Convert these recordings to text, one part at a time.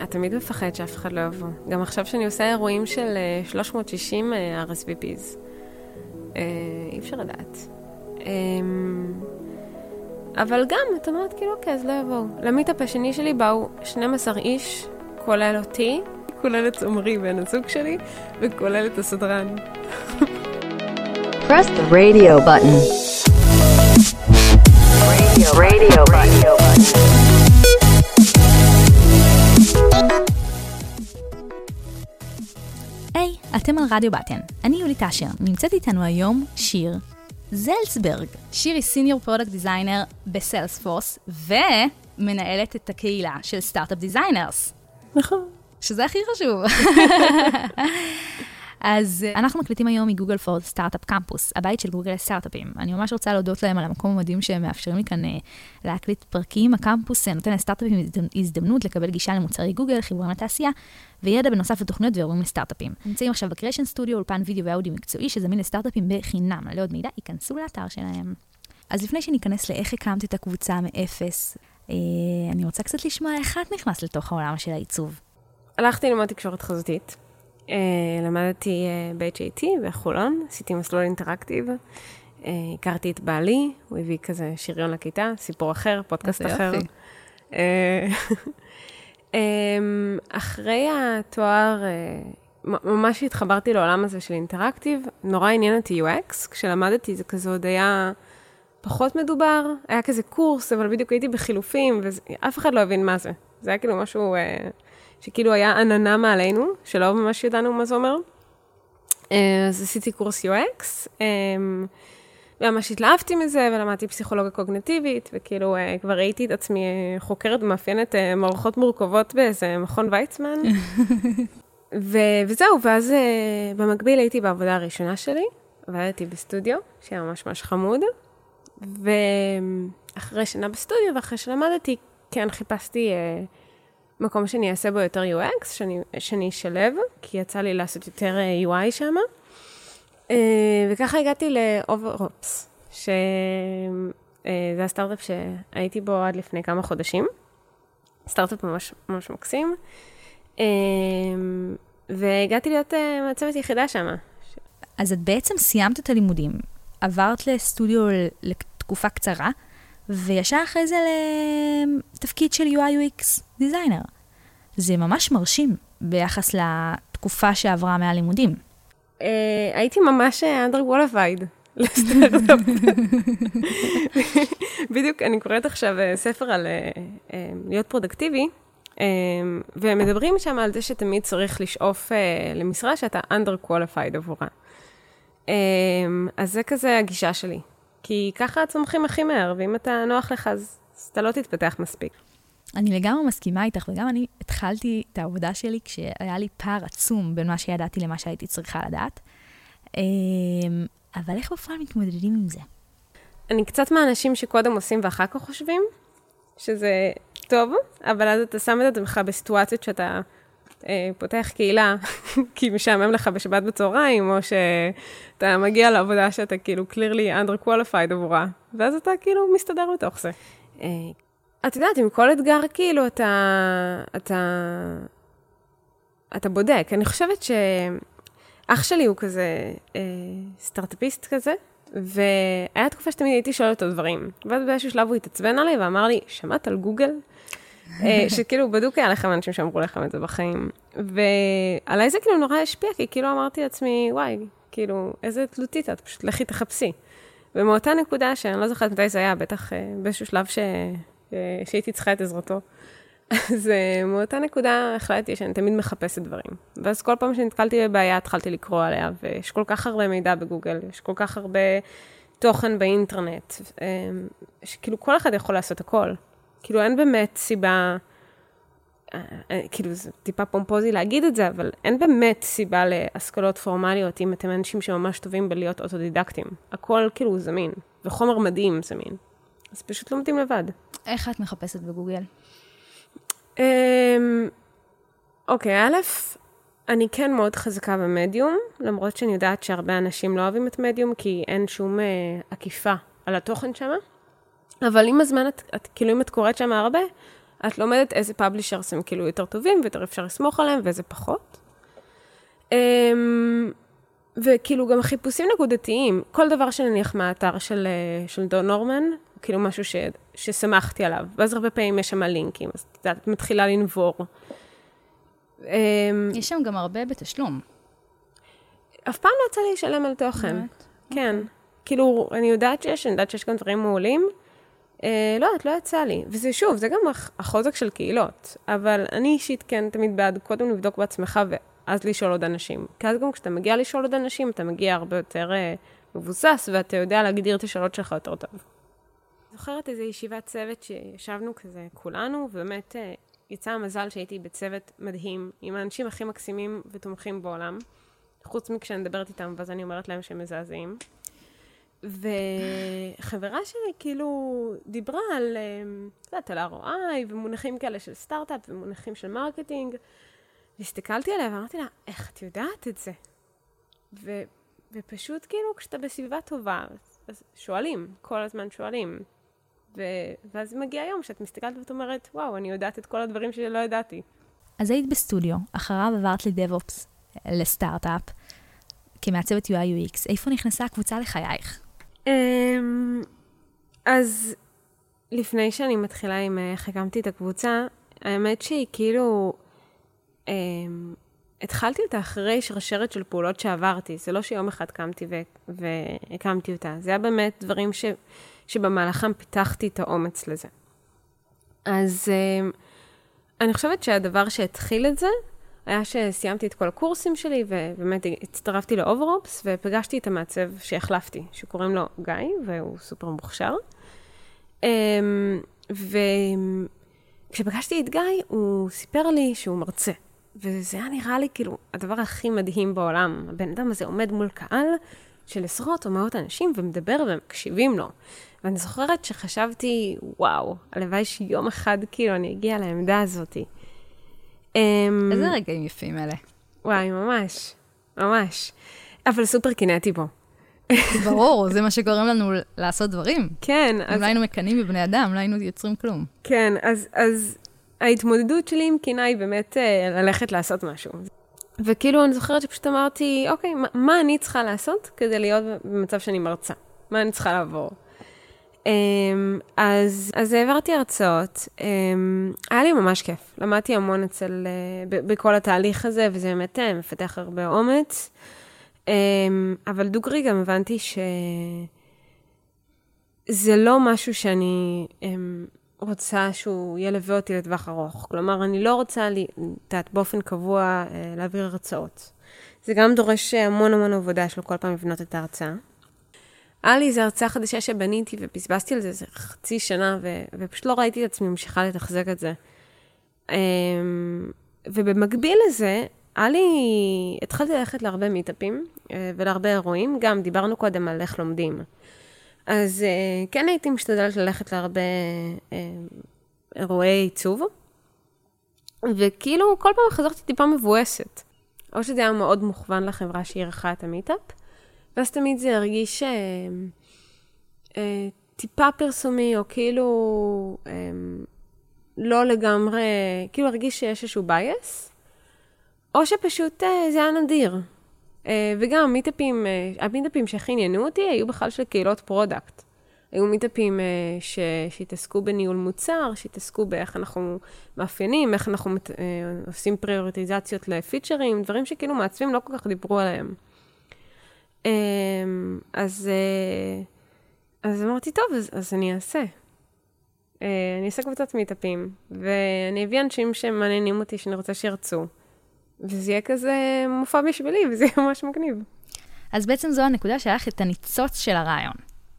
את תמיד מפחד שאף אחד לא יבוא. גם עכשיו שאני עושה אירועים של 360 RSVPs. אי אפשר לדעת. אבל גם, את אומרת, כאילו, אוקיי, אז לא יבואו. למיטאפ השני שלי באו 12 איש, כולל אותי, כולל את עומרי בן הזוג שלי, וכולל את הסדרן. Press the radio button. Radio button. היי, אתם על רדיו בטן. אני יולי טשר. נמצאת איתנו היום שיר זלצברג. שיר היא סיניור פרודקט דיזיינר בסיילספורס, ומנהלת את הקהילה של סטארט-אפ דיזיינרס. נכון. שזה הכי חשוב. אז אנחנו מקליטים היום מגוגל פור סטארט-אפ קמפוס, הבית של גוגל לסטארט-אפים. אני ממש רוצה להודות להם על המקום המדהים שהם מאפשרים לי כאן להקליט פרקים. הקמפוס נותן לסטארט-אפים הזדמנות לקבל גישה למוצרי גוגל, חיבורים לתעשייה, וידע בנוסף לתוכניות ואירועים לסטארט-אפים. נמצאים עכשיו בקריאשן סטודיו, אולפן וידאו ואודיו מקצועי, שזמין לסטארט-אפים בחינם. לעוד מידע, ייכנסו לאתר שלהם. אז לפני שניכנס לאיך הקמת את הקבוצה מאפס, אני רוצה קצת לשמוע איך את נכנס לתוך העולם של העיצוב. הלכתי ללמוד תקשורת חזותית. למדתי ב-HIT בחולון, עשיתי מסלול אינטראקטיב, הכרתי את בעלי, הוא הביא כזה שריון לכיתה, סיפור אחר, פודקאסט אחר. אחרי התואר, ממש התחברתי לעולם הזה של אינטראקטיב, נורא עניין אותי UX, כשלמדתי זה כזה עוד היה פחות מדובר, היה כזה קורס, אבל בדיוק הייתי בחילופים, ואף אחד לא הבין מה זה. זה היה כאילו משהו שכאילו היה עננה מעלינו, שלא ממש ידענו מה זה אומר. אז עשיתי קורס UX, ממש התלהבתי מזה, ולמדתי פסיכולוגיה קוגניטיבית, וכאילו כבר ראיתי את עצמי חוקרת ומאפיינת מערכות מורכבות באיזה מכון ויצמן. וזהו, ואז במקביל הייתי בעבודה הראשונה שלי, עבדתי בסטודיו, שהיה ממש ממש חמוד, ואחרי שנה בסטודיו, ואחרי שלמדתי, כן חיפשתי מקום שאני אעשה בו יותר UX, שאני אשלב, כי יצא לי לעשות יותר UI שם. וככה הגעתי ל-Overops, שזה הסטארט-אפ שהייתי בו עד לפני כמה חודשים. סטארט-אפ ממש ממש מקסים. והגעתי להיות מעצבת יחידה שם. אז את בעצם סיימת את הלימודים, עברת לסטודיו לתקופה קצרה, וישר אחרי זה לתפקיד של UI/UX דיזיינר. זה ממש מרשים ביחס לתקופה שעברה מהלימודים. הייתי ממש underqualified לסטארט-אפ. בדיוק, אני קוראת עכשיו ספר על להיות פרודקטיבי, ומדברים שם על זה שתמיד צריך לשאוף למשרה שאתה underqualified עבורה. אז זה כזה הגישה שלי. כי ככה צומחים הכי מהר, ואם אתה נוח לך, אז אתה לא תתפתח מספיק. אני לגמרי מסכימה איתך, וגם אני התחלתי את העבודה שלי כשהיה לי פער עצום בין מה שידעתי למה שהייתי צריכה לדעת. אבל איך בפועל מתמודדים עם זה? אני קצת מהאנשים שקודם עושים ואחר כך חושבים, שזה טוב, אבל אז אתה שם את עצמך בסיטואציות שאתה פותח קהילה, כי משעמם לך בשבת בצהריים, או שאתה מגיע לעבודה שאתה כאילו clearly underqualified עבורה, ואז אתה כאילו מסתדר בתוך זה. את יודעת, עם כל אתגר כאילו אתה בודק. אני חושבת שאח שלי הוא כזה סטארט-אפיסט כזה, והיה תקופה שתמיד הייתי שואלת אותו דברים. ואז באיזשהו שלב הוא התעצבן עליי ואמר לי, שמעת על גוגל? שכאילו בדוק היה לכם אנשים שאמרו לכם את זה בחיים. ועליי זה כאילו נורא השפיע, כי כאילו אמרתי לעצמי, וואי, כאילו, איזה תלותית את, פשוט לכי תחפשי. ומאותה נקודה, שאני לא זוכרת מתי זה היה, בטח באיזשהו שלב שהייתי צריכה את עזרתו, אז מאותה נקודה החלטתי שאני תמיד מחפשת דברים. ואז כל פעם שנתקלתי בבעיה, התחלתי לקרוא עליה, ויש כל כך הרבה מידע בגוגל, יש כל כך הרבה תוכן באינטרנט, שכאילו כל אחד יכול לעשות הכל. כאילו אין באמת סיבה, כאילו זה טיפה פומפוזי להגיד את זה, אבל אין באמת סיבה להשכלות פורמליות אם אתם אנשים שממש טובים בלהיות אוטודידקטים. הכל כאילו זמין, וחומר מדהים זמין. אז פשוט לומדים לבד. איך את מחפשת בגוגל? אוקיי, א', אני כן מאוד חזקה במדיום, למרות שאני יודעת שהרבה אנשים לא אוהבים את מדיום, כי אין שום עקיפה על התוכן שמה. אבל עם הזמן, כאילו אם את קוראת שם הרבה, את לומדת איזה פאבלישרס הם כאילו יותר טובים, ויותר אפשר לסמוך עליהם, ואיזה פחות. וכאילו גם חיפושים נקודתיים, כל דבר שנניח מהאתר של דון נורמן, כאילו משהו ששמחתי עליו, ואז הרבה פעמים יש שם לינקים, אז את מתחילה לנבור. יש שם גם הרבה בתשלום. אף פעם לא יצא לי לשלם על תוכן. כן. כאילו, אני יודעת שיש גם דברים מעולים. לא, את לא יצא לי. וזה שוב, זה גם החוזק של קהילות. אבל אני אישית כן תמיד בעד קודם לבדוק בעצמך ואז לשאול עוד אנשים. כי אז גם כשאתה מגיע לשאול עוד אנשים, אתה מגיע הרבה יותר מבוסס, ואתה יודע להגדיר את השאלות שלך יותר טוב. זוכרת איזו ישיבת צוות שישבנו כזה כולנו, ובאמת יצא המזל שהייתי בצוות מדהים, עם האנשים הכי מקסימים ותומכים בעולם. חוץ מכשאני מדברת איתם, ואז אני אומרת להם שהם מזעזעים. וחברה שלי כאילו דיברה על, על ROI, ומונחים כאלה של סטארט-אפ, ומונחים של מרקטינג, והסתכלתי עליה ואמרתי לה, איך את יודעת את זה? ופשוט כאילו כשאתה בסביבה טובה, אז שואלים, כל הזמן שואלים. ואז מגיע היום שאת מסתכלת ואת אומרת, וואו, אני יודעת את כל הדברים שלא ידעתי. אז היית בסטודיו, אחריו עברת לדב-אופס, לסטארט-אפ, כמעצבת UI/UX. איפה נכנסה הקבוצה לחייך? אז לפני שאני מתחילה עם איך הקמתי את הקבוצה, האמת שהיא כאילו, התחלתי אותה אחרי שרשרת של פעולות שעברתי. זה לא שיום אחד קמתי והקמתי אותה. זה היה באמת דברים שבמהלכם פיתחתי את האומץ לזה. אז אני חושבת שהדבר שהתחיל את זה, היה שסיימתי את כל הקורסים שלי, ובאמת הצטרפתי לאוברופס, ופגשתי את המעצב שהחלפתי, שקוראים לו גיא, והוא סופר מוכשר. וכשפגשתי את גיא, הוא סיפר לי שהוא מרצה. וזה היה נראה לי כאילו הדבר הכי מדהים בעולם. הבן אדם הזה עומד מול קהל של עשרות או מאות אנשים, ומדבר ומקשיבים לו. ואני זוכרת שחשבתי, וואו, הלוואי שיום אחד כאילו אני אגיע לעמדה הזאת. איזה רגעים יפים אלה. וואי, ממש, ממש. אבל סופר קינאתי בו. ברור, זה מה שגורם לנו לעשות דברים. כן. אם לא היינו מקנים בבני אדם, לא היינו יוצרים כלום. כן, אז ההתמודדות שלי עם קינה היא באמת ללכת לעשות משהו. וכאילו אני זוכרת שפשוט אמרתי, אוקיי, מה אני צריכה לעשות כדי להיות במצב שאני מרצה? מה אני צריכה לעבור? אז העברתי הרצאות, היה לי ממש כיף, למדתי המון בכל התהליך הזה, וזה באמת מפתח הרבה אומץ, אבל דוגרי גם הבנתי שזה לא משהו שאני רוצה שהוא ילווה אותי לטווח ארוך, כלומר אני לא רוצה באופן קבוע להעביר הרצאות, זה גם דורש המון המון עבודה שלו כל פעם לבנות את ההרצאה. היה לי איזו הרצאה חדשה שבניתי ובזבזתי על זה חצי שנה, ופשוט לא ראיתי את עצמי ממשיכה לתחזק את זה. ובמקביל לזה, התחלתי ללכת להרבה מיטאפים ולהרבה אירועים, גם דיברנו קודם על איך לומדים. אז כן הייתי משתדלת ללכת להרבה אירועי עיצוב, וכאילו כל פעם חזרתי טיפה מבואסת. או שזה היה מאוד מוכוון לחברה שערכה את המיטאפ, ואז תמיד זה הרגיש טיפה פרסומי, או כאילו לא לגמרי, כאילו הרגיש שיש איזשהו בייס, או שפשוט זה היה נדיר. וגם המיטאפים שהכי עניינו אותי, היו בכלל של קהילות פרודקט. היו מיטאפים שהתעסקו בניהול מוצר, שהתעסקו באיך אנחנו מאפיינים, איך אנחנו עושים פריוריטיזציות לפיצ'רים, דברים שכאילו מעצבים לא כל כך דיברו עליהם. אז אמרתי, טוב, אז אני אעשה. אני אעשה קבוצת מיטאפים, ואני אביא אנשים שמעניינים אותי, שאני רוצה שירצו. וזה יהיה כזה מופע בשבילי, וזה יהיה ממש מגניב. אז בעצם זו הנקודה שלך את הניצוץ של הרעיון.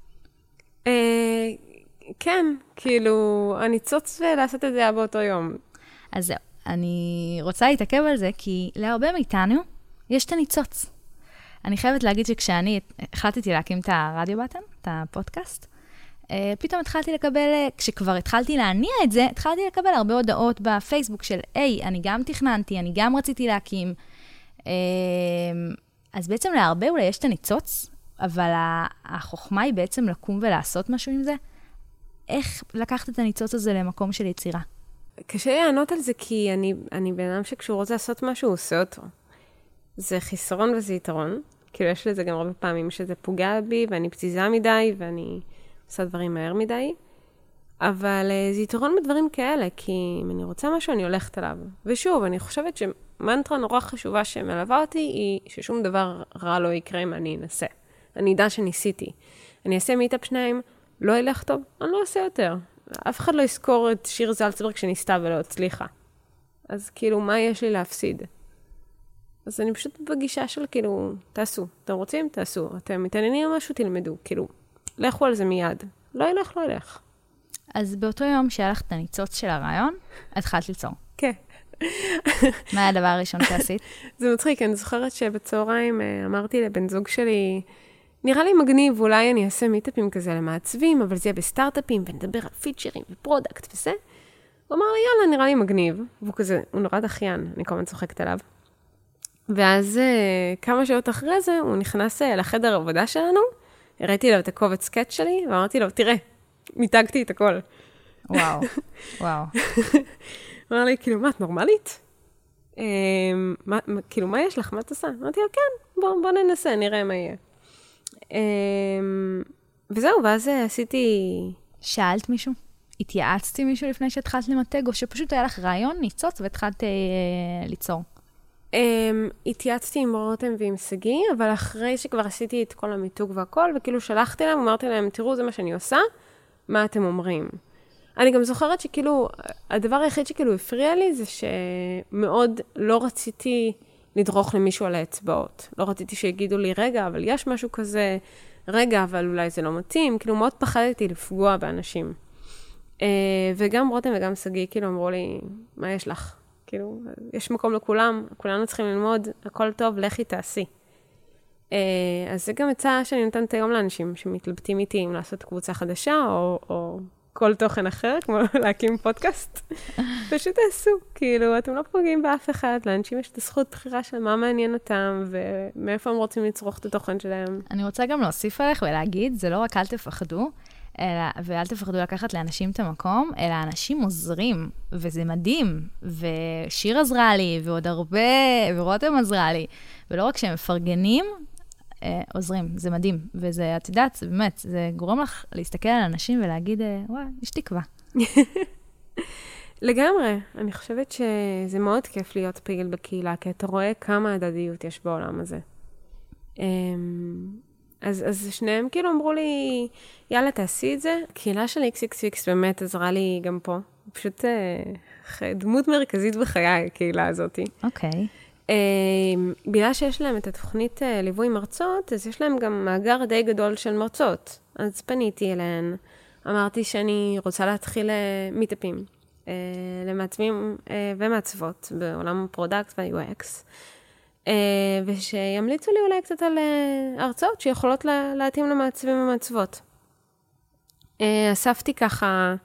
כן, כאילו, הניצוץ לעשות את זה היה באותו יום. אז זהו, אני רוצה להתעכב על זה, כי להרבה מאיתנו יש את הניצוץ. אני חייבת להגיד שכשאני החלטתי להקים את הרדיו בטן, את הפודקאסט, פתאום התחלתי לקבל, כשכבר התחלתי להניע את זה, התחלתי לקבל הרבה הודעות בפייסבוק של, אני גם תכננתי, אני גם רציתי להקים. אז בעצם להרבה אולי יש את הניצוץ, אבל החוכמה היא בעצם לקום ולעשות משהו עם זה. איך לקחת את הניצוץ הזה למקום של יצירה? קשה לי לענות על זה, כי אני בן אדם שכשהוא רוצה לעשות משהו, הוא עושה אותו. זה חיסרון וזה יתרון. כאילו, יש לזה גם הרבה פעמים שזה פוגע בי, ואני פציזה מדי, ואני עושה דברים מהר מדי. אבל זה יתרון בדברים כאלה, כי אם אני רוצה משהו, אני הולכת עליו. ושוב, אני חושבת שמנטרה נורא חשובה שמלווה אותי, היא ששום דבר רע לא יקרה אם אני אנסה. אני אדע שניסיתי. אני אעשה מיטאפ 2, לא ילך טוב, אני לא אעשה יותר. אף אחד לא יזכור את שיר זלצברג שניסתה ולא הצליחה. אז כאילו, מה יש לי להפסיד? אז אני פשוט בגישה של כאילו, תעשו. אתם רוצים? תעשו. אתם מתעניינים משהו? תלמדו. כאילו, לכו על זה מיד. לא ילך, לא ילך. אז באותו יום שהיה לך את הניצוץ של הרעיון, התחלת ליצור. כן. מה היה הדבר הראשון שעשית? זה מצחיק, אני זוכרת שבצהריים אמרתי לבן זוג שלי, נראה לי מגניב, אולי אני אעשה מיטאפים כזה למעצבים, אבל זה יהיה בסטארט-אפים, ונדבר על פיצ'רים ופרודקט וזה. הוא אמר לי, יאללה, נראה לי מגניב. והוא כזה, הוא נורא דחיין, אני כל הזמן צוחקת עליו. ואז כמה שעות אחרי זה, הוא נכנס לחדר העבודה שלנו, הראיתי לו את הקובץ סקאץ' שלי, ואמרתי לו, תראה, מיתגתי את הכל. וואו, וואו. אמר לי, כאילו, מה, את נורמלית? כאילו, מה יש לך? מה את עושה? אמרתי לו, כן, בוא ננסה, נראה מה יהיה. וזהו, ואז עשיתי... שאלת מישהו? התייעצת עם מישהו לפני שהתחלת למתג, או שפשוט היה לך רעיון, ניצוץ, והתחלת ליצור? התייעצתי עם רותם ועם סגי, אבל אחרי שכבר עשיתי את כל המיתוג והכל, וכאילו שלחתי להם, אמרתי להם, תראו, זה מה שאני עושה, מה אתם אומרים? אני גם זוכרת שכאילו, הדבר היחיד שכאילו הפריע לי, זה שמאוד לא רציתי לדרוך למישהו על האצבעות. לא רציתי שיגידו לי, רגע, אבל יש משהו כזה, רגע, אבל אולי זה לא מתאים. כאילו, מאוד פחדתי לפגוע באנשים. וגם רותם וגם סגי, כאילו, אמרו לי, מה יש לך? כאילו, יש מקום לכולם, כולנו צריכים ללמוד, הכל טוב, לכי תעשי. אז זה גם הצעה שאני נותנת היום לאנשים שמתלבטים איתי אם לעשות קבוצה חדשה, או כל תוכן אחר, כמו להקים פודקאסט. פשוט תעשו, כאילו, אתם לא פוגעים באף אחד, לאנשים יש את הזכות בחירה של מה מעניין אותם, ומאיפה הם רוצים לצרוך את התוכן שלהם. אני רוצה גם להוסיף עליך ולהגיד, זה לא רק אל תפחדו, ואל תפחדו לקחת לאנשים את המקום, אלא אנשים עוזרים, וזה מדהים, ושיר עזרה לי, ועוד הרבה, ורותם עזרה לי, ולא רק שהם מפרגנים, עוזרים, זה מדהים, וזה, את יודעת, זה באמת, זה גורם לך להסתכל על אנשים ולהגיד, וואי, יש תקווה. לגמרי, אני חושבת שזה מאוד כיף להיות פעיל בקהילה, כי אתה רואה כמה הדדיות יש בעולם הזה. אז שניהם כאילו אמרו לי, יאללה, תעשי את זה. הקהילה של XXX באמת עזרה לי גם פה. פשוט דמות מרכזית בחיי, הקהילה הזאת. אוקיי. בגלל שיש להם את התוכנית ליווי מרצות, אז יש להם גם מאגר די גדול של מרצות. אז פניתי אליהן, אמרתי שאני רוצה להתחיל מיטאפים למעצבים ומעצבות בעולם הפרודקט וה-UX. ושימליצו לי אולי קצת על הרצאות שיכולות להתאים למעצבים ומעצבות. אספתי ככה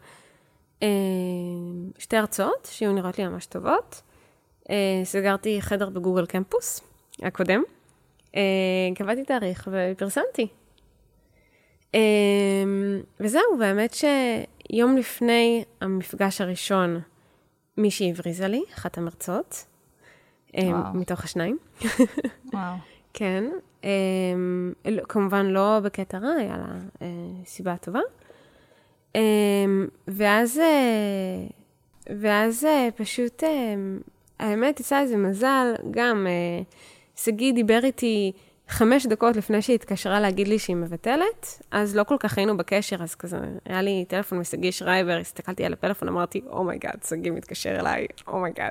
שתי הרצאות שיהיו נראות לי ממש טובות. סגרתי חדר בגוגל קמפוס הקודם. קבעתי תאריך ופרסמתי. וזהו, באמת שיום לפני המפגש הראשון, מישהי הבריזה לי, אחת המרצות. מתוך השניים. וואו. כן. כמובן לא בקטע רע, היה לה סיבה טובה. ואז פשוט, האמת, יצא איזה מזל, גם סגי דיבר איתי 5 דקות לפני שהיא התקשרה להגיד לי שהיא מבטלת, אז לא כל כך היינו בקשר, אז כזה, היה לי טלפון מסגי שרייבר, הסתכלתי על הפלאפון, אמרתי, אומייגאד, סגי מתקשר אליי, אומייגאד.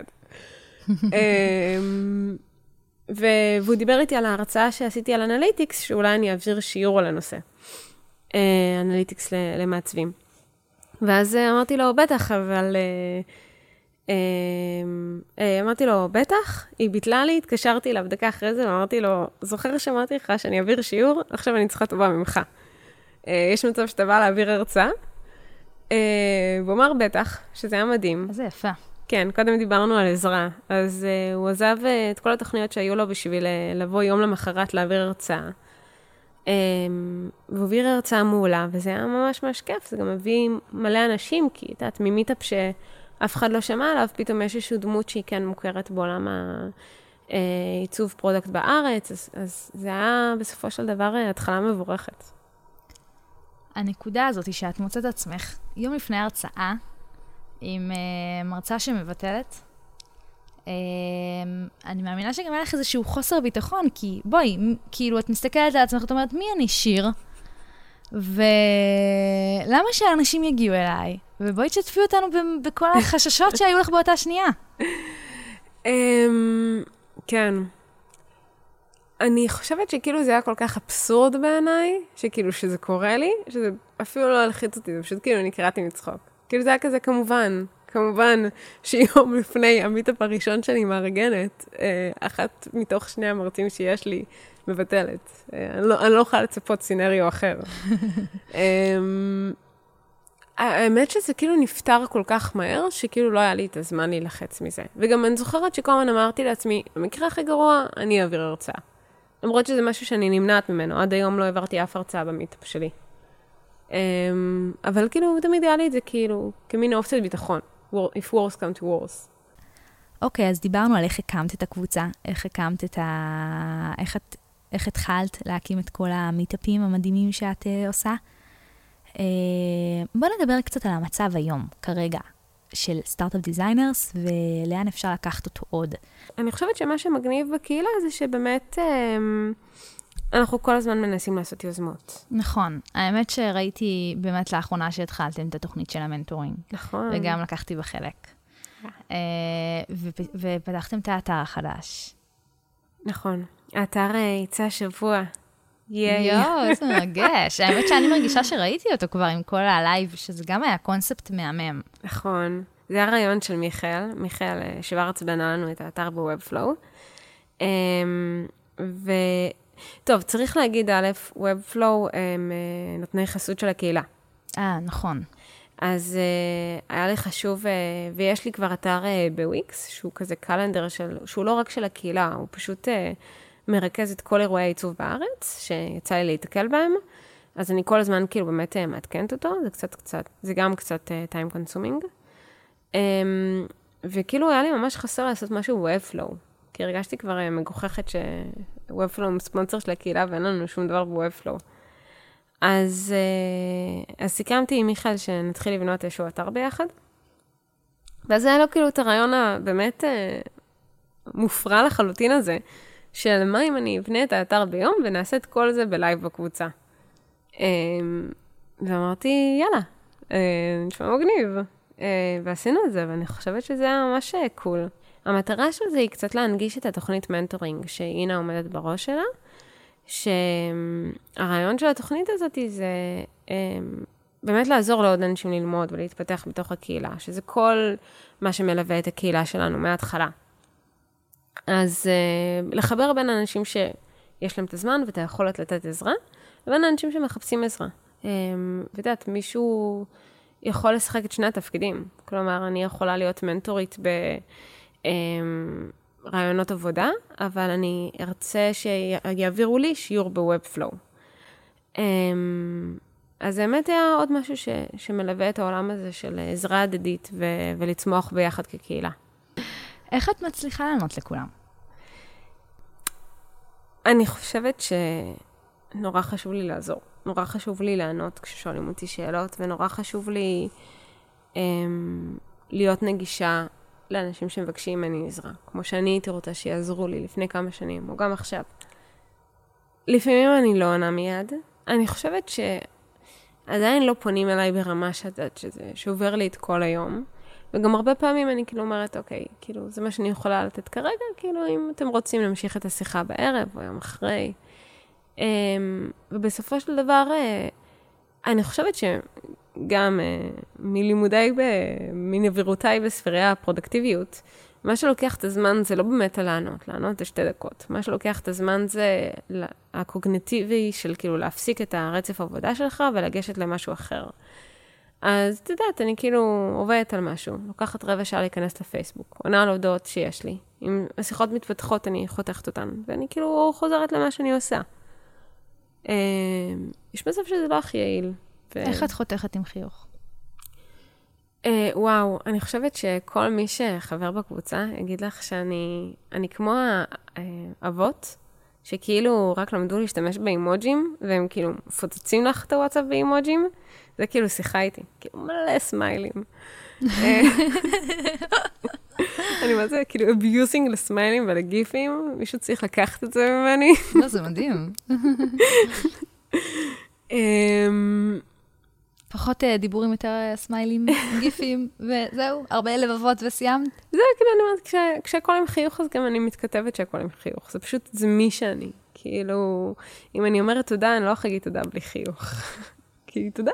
והוא דיבר איתי על ההרצאה שעשיתי על אנליטיקס, שאולי אני אעביר שיעור על הנושא. אנליטיקס למעצבים. ואז אמרתי לו, בטח, אבל... אמרתי לו, בטח, היא ביטלה לי, התקשרתי אליו דקה אחרי זה, ואמרתי לו, זוכר שאמרתי לך שאני אעביר שיעור? עכשיו אני צריכה טובה ממך. יש מצב שאתה בא להעביר הרצאה? והוא אמר, בטח, שזה היה מדהים. זה יפה. כן, קודם דיברנו על עזרה, אז הוא עזב את כל התוכניות שהיו לו בשביל לבוא יום למחרת להעביר הרצאה. והוא העביר הרצאה מעולה, וזה היה ממש ממש כיף, זה גם מביא מלא אנשים, כי את מיטאפ אף אחד לא שמע עליו, פתאום יש איזושהי דמות שהיא כן מוכרת בעולם עיצוב פרודקט בארץ, אז זה היה בסופו של דבר התחלה מבורכת. הנקודה הזאת היא שאת מוצאת עצמך יום לפני הרצאה עם מרצה שמבטלת. אני מאמינה שגם היה לך איזשהו חוסר ביטחון, כי בואי, כאילו את מסתכלת על עצמך, את אומרת, מי אני שיר? ולמה שהאנשים יגיעו אליי? ובואי תשתפי אותנו בכל החששות שהיו לך באותה שנייה. כן. אני חושבת שכאילו זה היה כל כך אבסורד בעיניי, שכאילו שזה קורה לי, שזה אפילו לא הלחיץ אותי, זה פשוט כאילו אני קראתי מצחוק. כאילו זה היה כזה כמובן שיום לפני המיטאפ הראשון שאני מארגנת, אחת מתוך שני המרצים שיש לי מבטלת. אני לא יכולה לצפות סינריו אחר. האמת שזה כאילו נפטר כל כך מהר, שכאילו לא היה לי את הזמן להילחץ מזה. וגם אני זוכרת שכל הזמן אמרתי לעצמי, במקרה הכי גרוע, אני אעביר הרצאה. למרות שזה משהו שאני נמנעת ממנו, עד היום לא העברתי אף הרצאה במיטאפ שלי. אבל כאילו, תמיד היה לי את זה כאילו, כמין אופציית ביטחון. If wars come to wars. אוקיי, אז דיברנו על איך הקמת את הקבוצה, איך התחלת להקים את כל המיטאפים המדהימים שאת עושה. בוא נדבר קצת על המצב היום, כרגע, של סטארט-אפ דיזיינרס, ולאן אפשר לקחת אותו עוד. אני חושבת שמה שמגניב בקהילה זה שבאמת אנחנו כל הזמן מנסים לעשות יוזמות. נכון. האמת שראיתי באמת לאחרונה שהתחלתם את התוכנית של המנטורינג. נכון. וגם לקחתי בחלק. ופתחתם את האתר החדש. נכון. האתר יצא השבוע. יואו, איזה מרגש. האמת שאני מרגישה שראיתי אותו כבר עם כל הלייב, שזה גם היה קונספט מהמם. נכון. זה הרעיון של מיכאל שוורץ בנה לנו את האתר בוובפלואו. טוב, צריך להגיד, וובפלואו הם נותני חסות של הקהילה. נכון. אז היה לי חשוב, ויש לי כבר אתר בוויקס, שהוא כזה קלנדר שהוא לא רק של הקהילה, הוא פשוט מרכז את כל אירועי העיצוב בארץ, שיצא לי להתקל בהם, אז אני כל הזמן כאילו באמת מעדכנת אותו, זה גם קצת time consuming, וכאילו היה לי ממש חסר לעשות משהו בוובפלואו, כי הרגשתי כבר מגוחכת שוובפלואו הוא ספונסר של הקהילה, ואין לנו שום דבר בוובפלואו. אז סיכמתי עם מיכאל שנתחיל לבנות איזשהו אתר ביחד, ואז היה לו כאילו את הרעיון הבאמת מופרע לחלוטין הזה, של מה אם אני אבנה את האתר ביום, ונעשה את כל זה בלייב בקבוצה. ואמרתי, יאללה, נשמע מגניב. ועשינו את זה, ואני חושבת שזה היה ממש קול. המטרה של זה היא קצת להנגיש את התוכנית מנטורינג, שאינה עומדת בראש שלה, שהרעיון של התוכנית הזאת זה באמת לעזור לעוד אנשים ללמוד ולהתפתח בתוך הקהילה, שזה כל מה שמלווה את הקהילה שלנו מההתחלה. אז לחבר בין אנשים שיש להם את הזמן ואת היכולת לתת עזרה, לבין אנשים שמחפשים עזרה. ודעת, מישהו יכול לשחק את שני התפקידים. כלומר, אני יכולה להיות מנטורית ברעיונות עבודה, אבל אני ארצה שיעבירו לי שיעור בוובפלואו. אז האמת היה עוד משהו שמלווה את העולם הזה של עזרה הדדית ולצמוח ביחד כקהילה. איך את מצליחה לענות לכולם? אני חושבת שנורא חשוב לי לעזור. נורא חשוב לי לענות כששואלים אותי שאלות, ונורא חשוב לי להיות נגישה לאנשים שמבקשים ממני עזרה. כמו שאני הייתי רוצה שיעזרו לי לפני כמה שנים, או גם עכשיו. לפעמים אני לא עונה מיד. אני חושבת שעדיין לא פונים אליי ברמה שעובר לי את כל היום. וגם הרבה פעמים אני כאילו אומרת, אוקיי, כאילו, זה מה שאני יכולה לתת כרגע, כאילו, אם אתם רוצים להמשיך את השיחה בערב או יום אחרי. ובסופו של דבר, אני חושבת שגם מנבירותיי בספרי הפרודקטיביות, מה שלוקח את הזמן זה לא באמת לענות זה 2 דקות. מה שלוקח את הזמן זה הקוגניטיבי של כאילו להפסיק את הרצף העבודה שלך ולגשת למשהו אחר. אז את יודעת, אני כאילו עובדת על משהו, לוקחת 15 דקות להיכנס לפייסבוק, עונה על הודעות שיש לי. אם השיחות מתפתחות, אני חותכת אותן, ואני כאילו חוזרת למה שאני עושה. יש מצב שזה לא הכי יעיל. איך את חותכת עם חיוך? וואו, אני חושבת שכל מי שחבר בקבוצה יגיד לך שאני כמו האבות, שכאילו רק למדו להשתמש באימוג'ים, והם כאילו מפוצצים לך את הוואטסאפ באימוג'ים, זה כאילו שיחה איתי, כאילו מלא סמיילים. אני מה זה, כאילו אביוסינג לסמיילים ולגיפים, מישהו צריך לקחת את זה ממני. לא, זה מדהים. פחות דיבורים יותר סמיילים, גיפים, וזהו, הרבה לבבות וסיימת. זהו, כאילו אני אומרת, כשהכל עם חיוך, אז גם אני מתכתבת שהכל עם חיוך. זה פשוט, זה מי שאני. כאילו, אם אני אומרת תודה, אני לא אגיד תודה בלי חיוך. כי תודה.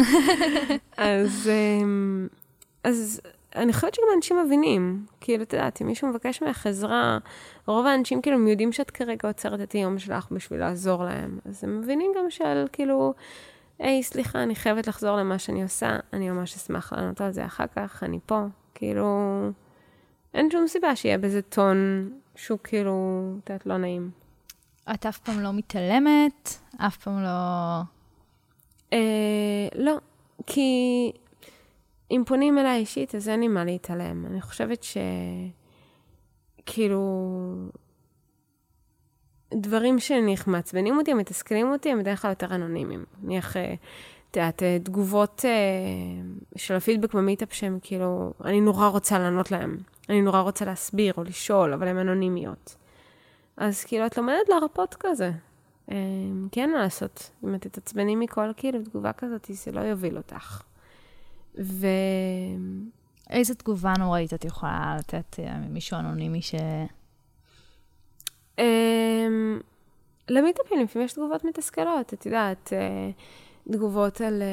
אז אני חושבת שגם אנשים מבינים. כאילו, אתה יודעת, אם מישהו מבקש ממך עזרה, רוב האנשים כאילו יודעים שאת כרגע עוצרת את היום שלך בשביל לעזור להם. אז הם מבינים גם של כאילו, היי, סליחה, אני חייבת לחזור למה שאני עושה, אני ממש אשמח לענות על זה אחר כך, אני פה. כאילו, אין שום סיבה שיהיה בזה טון שהוא כאילו, תעת, לא נעים. את אף פעם לא מתעלמת? אף פעם לא... לא, כי אם פונים אליי אישית, אז אין לי מה להתעלם. אני חושבת כאילו, דברים שמעצבנים אותי, מתסכלים אותי, הם בדרך כלל יותר אנונימיים. נניח, תגובות של הפידבק במיטאפ שהם כאילו, אני נורא רוצה לענות להם. אני נורא רוצה להסביר או לשאול, אבל הן אנונימיות. אז כאילו, את לומדת להרפות כזה. כן, מה לעשות? אם את תתעצבנים מכל כאילו, תגובה כזאת, זה לא יוביל אותך. איזה תגובה נוראית את יכולה לתת ממישהו אנונימי ש... למיטאפים, לפעמים יש תגובות מתסכלות, את יודעת, תגובות על,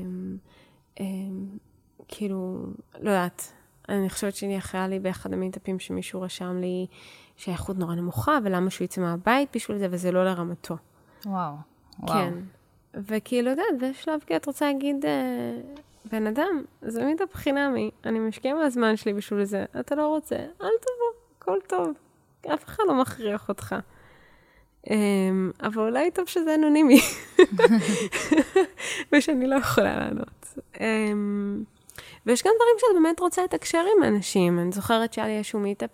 כאילו, לא יודעת, אני חושבת שאני אחריה לי באחד המיטאפים שמישהו רשם לי שהאיכות נורא נמוכה, ולמה שהוא יצא מהבית בשביל זה, וזה לא לרמתו. וואו. כן. וכאילו, יודעת, בשלב כי את רוצה להגיד, בן אדם, זה מיטאפ חינמי, אני משקיעה מהזמן שלי בשביל זה, אתה לא רוצה, אל תבוא, הכל טוב. אף אחד לא מכריח אותך. אבל אולי טוב שזה אנונימי. ושאני לא יכולה לענות. ויש גם דברים שאת באמת רוצה לתקשר עם אנשים. אני זוכרת שהיה לי איזשהו מיטאפ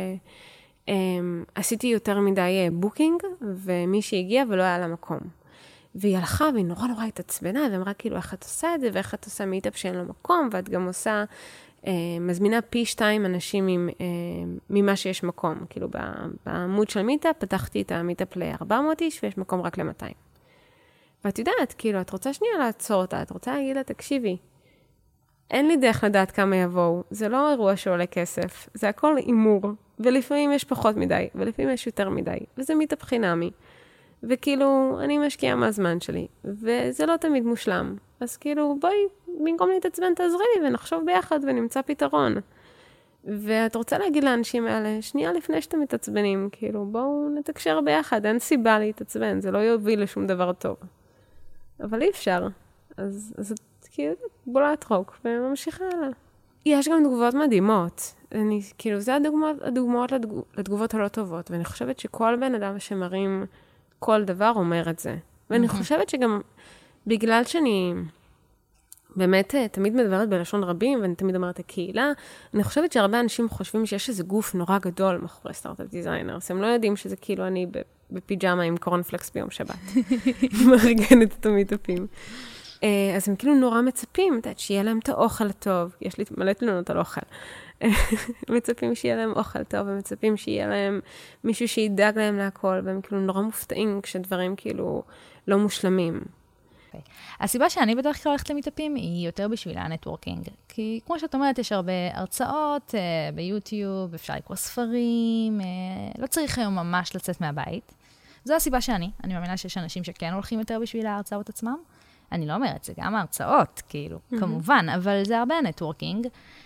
שעשיתי יותר מדי בוקינג, ומישהי הגיעה ולא היה לה מקום. והיא הלכה והיא נורא נורא התעצבנה, ואמרה כאילו איך את עושה את זה, ואיך את עושה מיטאפ שאין לו מקום, ואת גם עושה... מזמינה פי 2 אנשים ממה שיש מקום. כאילו, בעמוד של מיטאפ, פתחתי את המיטאפ ל-400 איש, ויש מקום רק ל-200. ואת יודעת, כאילו, את רוצה שנייה לעצור אותה, את רוצה להגיד לה, תקשיבי, אין לי דרך לדעת כמה יבואו, זה לא אירוע שעולה כסף, זה הכל אימור, ולפעמים יש פחות מדי, ולפעמים יש יותר מדי, וזה מיטאפ חינמי. וכאילו, אני משקיעה מהזמן שלי, וזה לא תמיד מושלם. אז כאילו, בואי, במקום להתעצבן, תעזרי לי, ונחשוב ביחד ונמצא פתרון. ואת רוצה להגיד לאנשים האלה, שנייה לפני שאתם מתעצבנים, כאילו, בואו נתקשר ביחד, אין סיבה להתעצבן, זה לא יוביל לשום דבר טוב. אבל אי אפשר. אז את כאילו, בולעת רוק, וממשיכה הלאה. יש גם תגובות מדהימות. כאילו, זה הדוגמאות לתגובות הלא טובות, ואני חושבת שכל בן אדם שמרים כל דבר אומר את זה. ואני חושבת שגם בגלל שאני באמת תמיד מדברת בלשון רבים, ואני תמיד אומרת הקהילה, אני חושבת שהרבה אנשים חושבים שיש איזה גוף נורא גדול מאחורי סטארט-אפ דיזיינרס. הם לא יודעים שזה כאילו אני בפיג'מה עם קורנפלקס ביום שבת. מארגנת את המיטאפים. אז הם כאילו נורא מצפים, שיהיה להם את האוכל הטוב. יש לי מלא תלונות על אוכל. מצפים שיהיה להם אוכל טוב, ומצפים שיהיה להם מישהו שידאג להם להכל, והם כאילו נורא מופתעים כשדברים כאילו לא מושלמים. הסיבה שאני בדרך כלל הולכת למיטאפים היא יותר בשביל הנטוורקינג. כי כמו שאת אומרת, יש הרבה הרצאות ביוטיוב, אפשר לקרוא ספרים, לא צריך היום ממש לצאת מהבית. זו הסיבה שאני מאמינה שיש אנשים שכן הולכים יותר בשביל ההרצאות עצמם. אני לא אומרת, זה גם ההרצאות, כאילו, כמובן, אבל זה הרבה נטוורקינג.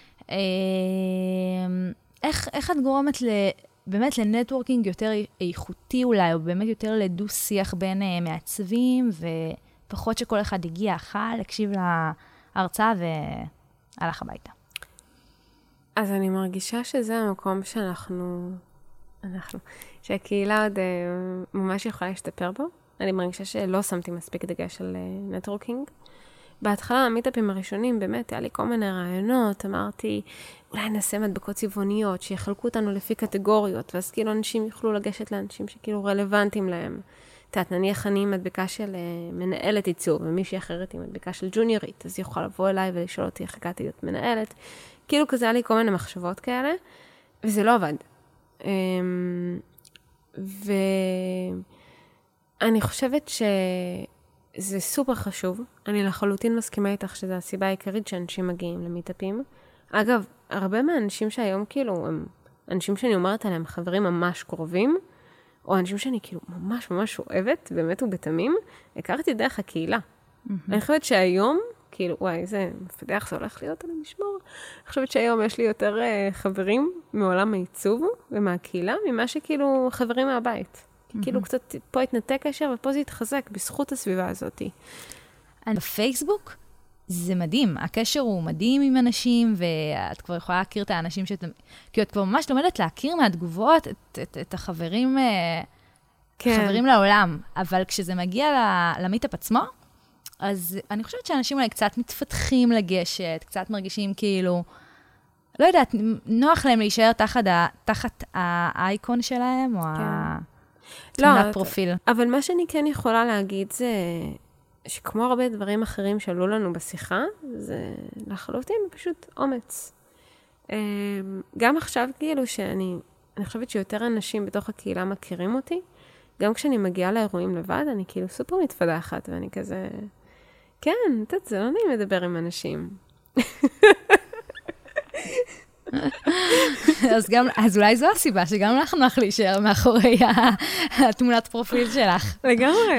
איך את גורמת באמת לנטוורקינג יותר איכותי אולי, או באמת יותר לדו-שיח בין מעצבים, ופחות שכל אחד הגיע, אכל, הקשיב להרצאה והלך הביתה. אז אני מרגישה שזה המקום שהקהילה עוד ממש יכולה להשתפר בו. אני מרגישה שלא שמתי מספיק דגש על נטוורקינג, בהתחלה, המיטאפים הראשונים, באמת, היה לי כל מיני רעיונות, אמרתי, אולי נעשה מדבקות צבעוניות, שיחלקו אותנו לפי קטגוריות, ואז כאילו אנשים יוכלו לגשת לאנשים שכאילו רלוונטיים להם. תעת, נניח אני עם מדבקה של מנהלת עיצוב, ומישהי אחרת עם מדבקה של ג'וניורית, אז היא יכולה לבוא אליי ולשאול אותי איך הגעתי להיות מנהלת. כאילו כזה היה לי כל מיני מחשבות כאלה, וזה לא עבד. ואני חושבת שזה סופר חשוב. אני לחלוטין מסכימה איתך שזו הסיבה העיקרית שאנשים מגיעים למיטאפים. אגב, הרבה מהאנשים שהיום כאילו, הם אנשים שאני אומרת עליהם חברים ממש קרובים, או אנשים שאני כאילו ממש ממש אוהבת, באמת ובתמים, הכרתי דרך הקהילה. אני חושבת שהיום, כאילו, וואי, איזה מפתח זה הולך להיות, אני משמור. אני חושבת שהיום יש לי יותר חברים מעולם העיצוב ומהקהילה, ממה שכאילו חברים מהבית. כאילו קצת פה התנתק קשר, ופה זה התחזק בזכות הסביבה הזאת. בפייסבוק זה מדהים, הקשר הוא מדהים עם אנשים, ואת כבר יכולה להכיר את האנשים שאתם, כי את כבר ממש לומדת להכיר מהתגובות את החברים, חברים לעולם, אבל כשזה מגיע למיטאפ עצמו, אז אני חושבת שאנשים אולי קצת מתפתחים לגשת, קצת מרגישים כאילו, לא יודעת, נוח להם להישאר תחת האייקון שלהם, או תמונת פרופיל. אבל מה שאני כן יכולה להגיד זה, שכמו הרבה דברים אחרים שעלו לנו בשיחה, זה לחלוטין פשוט אומץ. גם עכשיו כאילו שאני חושבת שיותר אנשים בתוך הקהילה מכירים אותי, גם כשאני מגיעה לאירועים לבד, אני כאילו סופר מתפדחת, ואני כזה, כן, זה לא נעים לדבר עם אנשים. אז אולי זו הסיבה, שגם לך נוח להישאר מאחורי התמונת פרופיל שלך. לגמרי.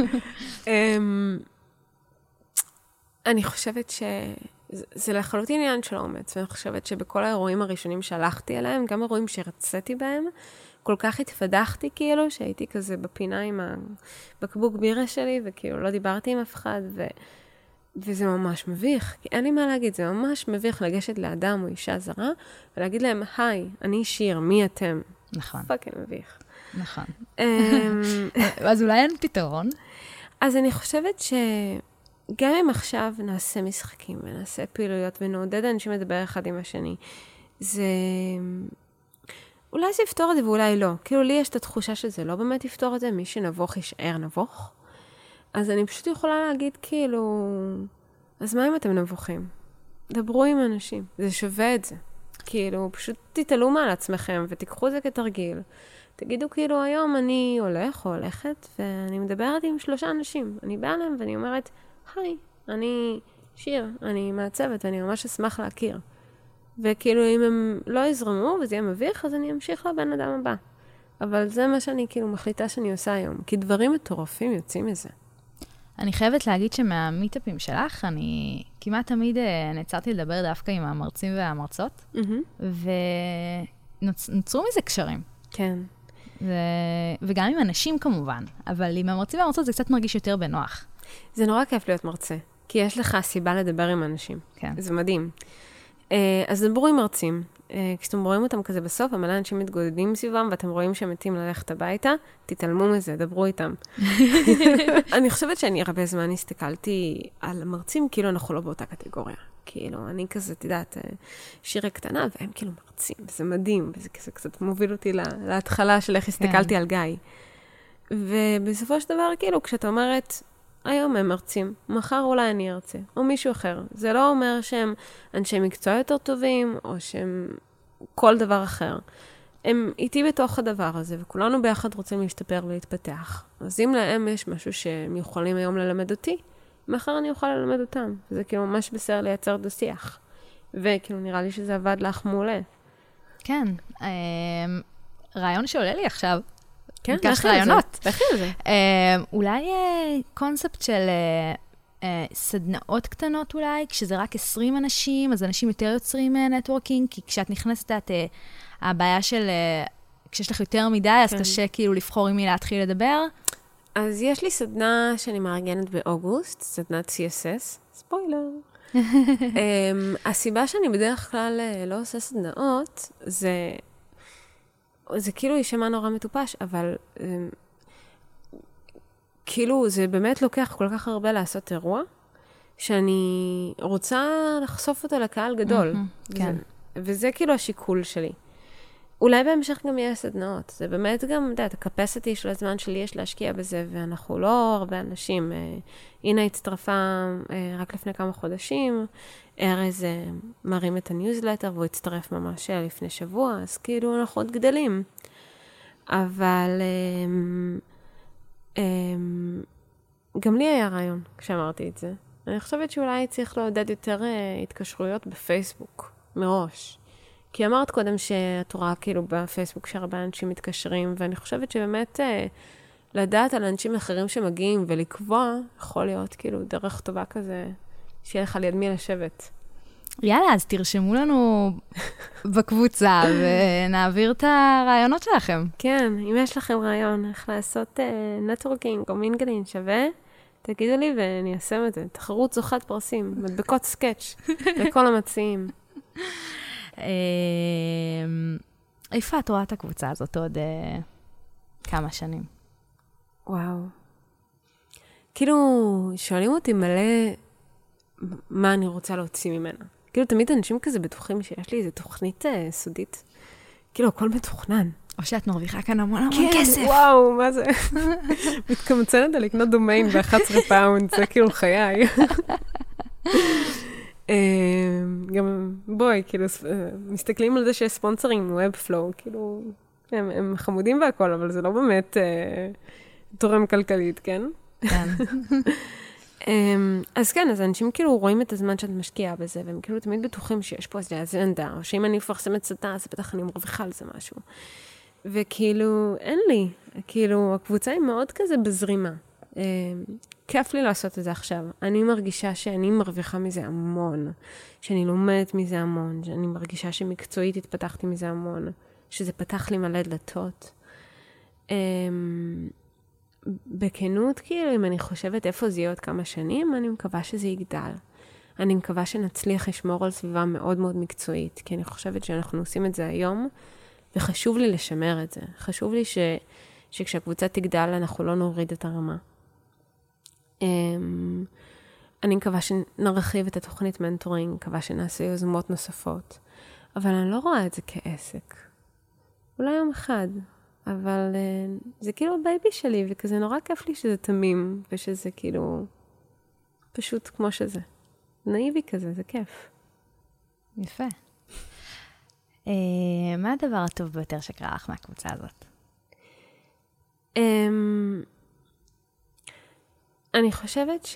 אני חושבת שזה לחלוטין עניין של אומץ, ואני חושבת שבכל האירועים הראשונים שהלכתי אליהם, גם אירועים שרציתי בהם, כל כך התפדחתי כאילו, שהייתי כזה בפינה עם הבקבוק בירה שלי, וכאילו לא דיברתי עם אף אחד, וזה ממש מביך, כי אין לי מה להגיד, זה ממש מביך לגשת לאדם או אישה זרה, ולהגיד להם, היי, אני שיר, מי אתם? נכון. פאקינג מביך. נכון. אז אולי אין פתרון? אז אני חושבת שגם אם עכשיו נעשה משחקים, ונעשה פעילויות, ונעודד אנשים לדבר אחד עם השני, אולי זה יפתור את זה ואולי לא. כאילו לי יש את התחושה שזה לא באמת יפתור את זה, מי שנבוך יישאר נבוך. אז אני פשוט יכולה להגיד כאילו, אז מה אם אתם נבוכים? דברו עם אנשים, זה שווה את זה. כאילו, פשוט תתעלו מעל עצמכם ותיקחו את זה כתרגיל. תגידו כאילו, היום אני הולך או הולכת, ואני מדברת עם 3 אנשים. אני באה להם ואני אומרת, היי, אני שיר, אני מעצבת, ואני ממש אשמח להכיר. וכאילו, אם הם לא יזרמו וזה יהיה מביך, אז אני אמשיך לבן אדם הבא. אבל זה מה שאני כאילו מחליטה שאני עושה היום, כי דברים מטורפים יוצאים מזה. אני חייבת להגיד שמהמיטאפים שלך, אני כמעט תמיד נעצרתי לדבר דווקא עם המרצים והמרצות, ונוצרו מזה קשרים. כן. וגם עם אנשים כמובן, אבל עם המרצים והמרצות זה קצת מרגיש יותר בנוח. זה נורא כיף להיות מרצה, כי יש לך סיבה לדבר עם אנשים. כן. זה מדהים. אז דברו עם מרצים. כשאתם רואים אותם כזה בסוף, המלא אנשים מתגודדים סביבם, ואתם רואים שהם מתים ללכת הביתה, תתעלמו מזה, דברו איתם. אני חושבת שאני הרבה זמן הסתכלתי על מרצים, כאילו אנחנו לא באותה קטגוריה. כאילו, אני כזה, תדעת, שירה קטנה, והם כאילו מרצים, וזה מדהים, וזה כזה קצת מוביל אותי להתחלה של איך הסתכלתי על גיא. ובסופו של דבר, כאילו, כשאת אומרת, היום הם מרצים, מחר אולי אני ארצה, או מישהו אחר. זה לא אומר שהם אנשי מקצוע יותר טובים, או שהם כל דבר אחר. הם איתי בתוך הדבר הזה, וכולנו ביחד רוצים להשתפר ולהתפתח. אז אם להם יש משהו שהם יכולים היום ללמד אותי, מחר אני אוכל ללמד אותם. זה כאילו ממש בסדר לייצר דו-שיח. וכאילו נראה לי שזה עבד לך מעולה. כן. רעיון שעולה לי עכשיו, כן, ניקח רעיונות. לכי על זה. אולי קונספט של סדנאות קטנות אולי, כשזה רק 20 אנשים, אז אנשים יותר יוצרים נטוורקינג, כי כשאת נכנסת את הבעיה של, כשיש לך יותר מדי, אז קשה כאילו לבחור עם מי להתחיל לדבר. אז יש לי סדנה שאני מארגנת באוגוסט, סדנת CSS, ספוילר. הסיבה שאני בדרך כלל לא עושה סדנאות, זה כאילו יישמע נורא מטופש, אבל כאילו זה באמת לוקח כל כך הרבה לעשות אירוע, שאני רוצה לחשוף אותו לקהל גדול. כן. וזה כאילו השיקול שלי. אולי בהמשך גם יהיה סדנאות. זה באמת גם, הקפסיטי של הזמן שלי יש להשקיע בזה, ואנחנו לא הרבה אנשים. הנה הצטרפה רק לפני כמה חודשים, ארז מרים את הניוזלטר, והוא הצטרף ממש לפני שבוע, אז כאילו אנחנו עוד גדלים. אבל גם לי היה רעיון כשאמרתי את זה. אני חושבת שאולי צריך לעודד יותר התקשרויות בפייסבוק, מראש. כי אמרת קודם שאת רואה כאילו בפייסבוק שהרבה אנשים מתקשרים, ואני חושבת שבאמת לדעת על אנשים אחרים שמגיעים ולקבוע, יכול להיות כאילו דרך טובה כזה, שיהיה לך ליד מי לשבת. יאללה, אז תרשמו לנו בקבוצה ונעביר את הרעיונות שלכם. כן, אם יש לכם רעיון איך לעשות נטוורקינג או מינגלין שווה, תגידו לי ואני אעשה את זה. תחרות זוכת פרסים, מדבקות סקץ' לכל המציעים. איפה את רואה את הקבוצה הזאת עוד כמה שנים? וואו. כאילו, שואלים אותי מלא מה אני רוצה להוציא ממנה. כאילו, תמיד אנשים כזה בטוחים שיש לי איזו תוכנית סודית. כאילו, הכל מתוכנן. או שאת מרוויחה כאן המון המון כן, כסף. וואו, מה זה? מתקמצנת על לקנות דומיין ב-11 פאונד, זה כאילו חיי. גם בואי, כאילו, מסתכלים על זה שיש ספונסרים, Webflow, כאילו, הם חמודים והכל, אבל זה לא באמת תורם כלכלית, כן? כן. אז כן, אז אנשים כאילו רואים את הזמן שאת משקיעה בזה, והם כאילו תמיד בטוחים שיש פה איזו אג'נדה, או שאם אני אפרסמת סדנה, אז בטח אני מרוויחה על זה משהו. וכאילו, אין לי. כאילו, הקבוצה היא מאוד כזה בזרימה. כיף לי לעשות את זה עכשיו. אני מרגישה שאני מרוויחה מזה המון, שאני לומדת מזה המון, שאני מרגישה שמקצועית התפתחתי מזה המון, שזה פתח לי מלא דלתות. בכנות, כאילו, אם אני חושבת איפה זה יהיה עוד כמה שנים, אני מקווה שזה יגדל. אני מקווה שנצליח לשמור על סביבה מאוד מאוד מקצועית, כי אני חושבת שאנחנו עושים את זה היום, וחשוב לי לשמר את זה. חשוב לי שכשהקבוצה תגדל, אנחנו לא נוריד את הרמה. אני מקווה שנרחיב את התוכנית מנטורינג, מקווה שנעשה יוזמות נוספות, אבל אני לא רואה את זה כעסק. אולי יום אחד, אבל זה כאילו הבייבי שלי, וכזה נורא כיף לי שזה תמים, ושזה כאילו פשוט כמו שזה. נאיבי כזה, זה כיף. יפה. מה הדבר הטוב ביותר שקרה לך מהקבוצה הזאת? אני חושבת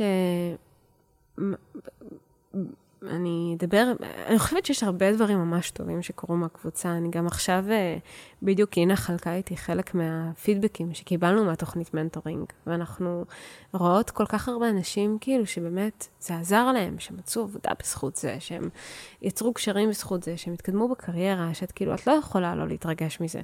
אני חושבת שיש הרבה דברים ממש טובים שקורו מהקבוצה. אני גם עכשיו, בדיוק אינה חלקה איתי חלק מהפידבקים שקיבלנו מהתוכנית מנטורינג, ואנחנו רואות כל כך הרבה אנשים כאילו שבאמת זה עזר להם, שמצאו עבודה בזכות זה, שהם יצרו קשרים בזכות זה, שהם התקדמו בקריירה, שאת כאילו, את לא יכולה לא להתרגש מזה.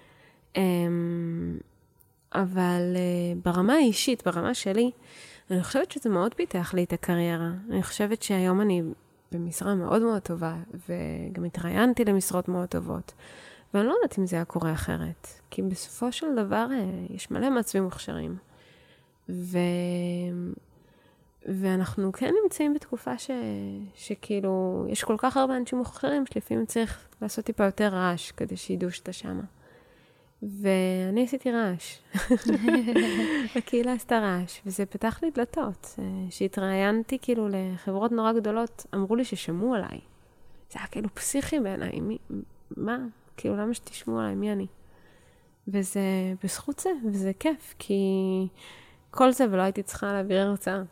אבל ברמה האישית, ברמה שלי, אני חושבת שזה מאוד פיתח לי את הקריירה. אני חושבת שהיום אני במשרה מאוד מאוד טובה, וגם התראיינתי למשרות מאוד טובות. ואני לא יודעת אם זה היה קורה אחרת, כי בסופו של דבר יש מלא מעצבים מוכשרים. ואנחנו כן נמצאים בתקופה שכאילו, יש כל כך הרבה אנשים מוכשרים, שלפעמים צריך לעשות טיפה יותר רעש, כדי שידעו שאתה שמה. ואני עשיתי רעש. הקהילה עשתה רעש, וזה פתח לי דלתות. שהתראיינתי כאילו לחברות נורא גדולות, אמרו לי ששמעו עליי. זה היה כאילו פסיכי בעיניי. מה? כאילו למה שתשמעו עליי? מי אני? וזה בזכות זה, וזה כיף, כי כל זה ולא הייתי צריכה להעביר הרצאה.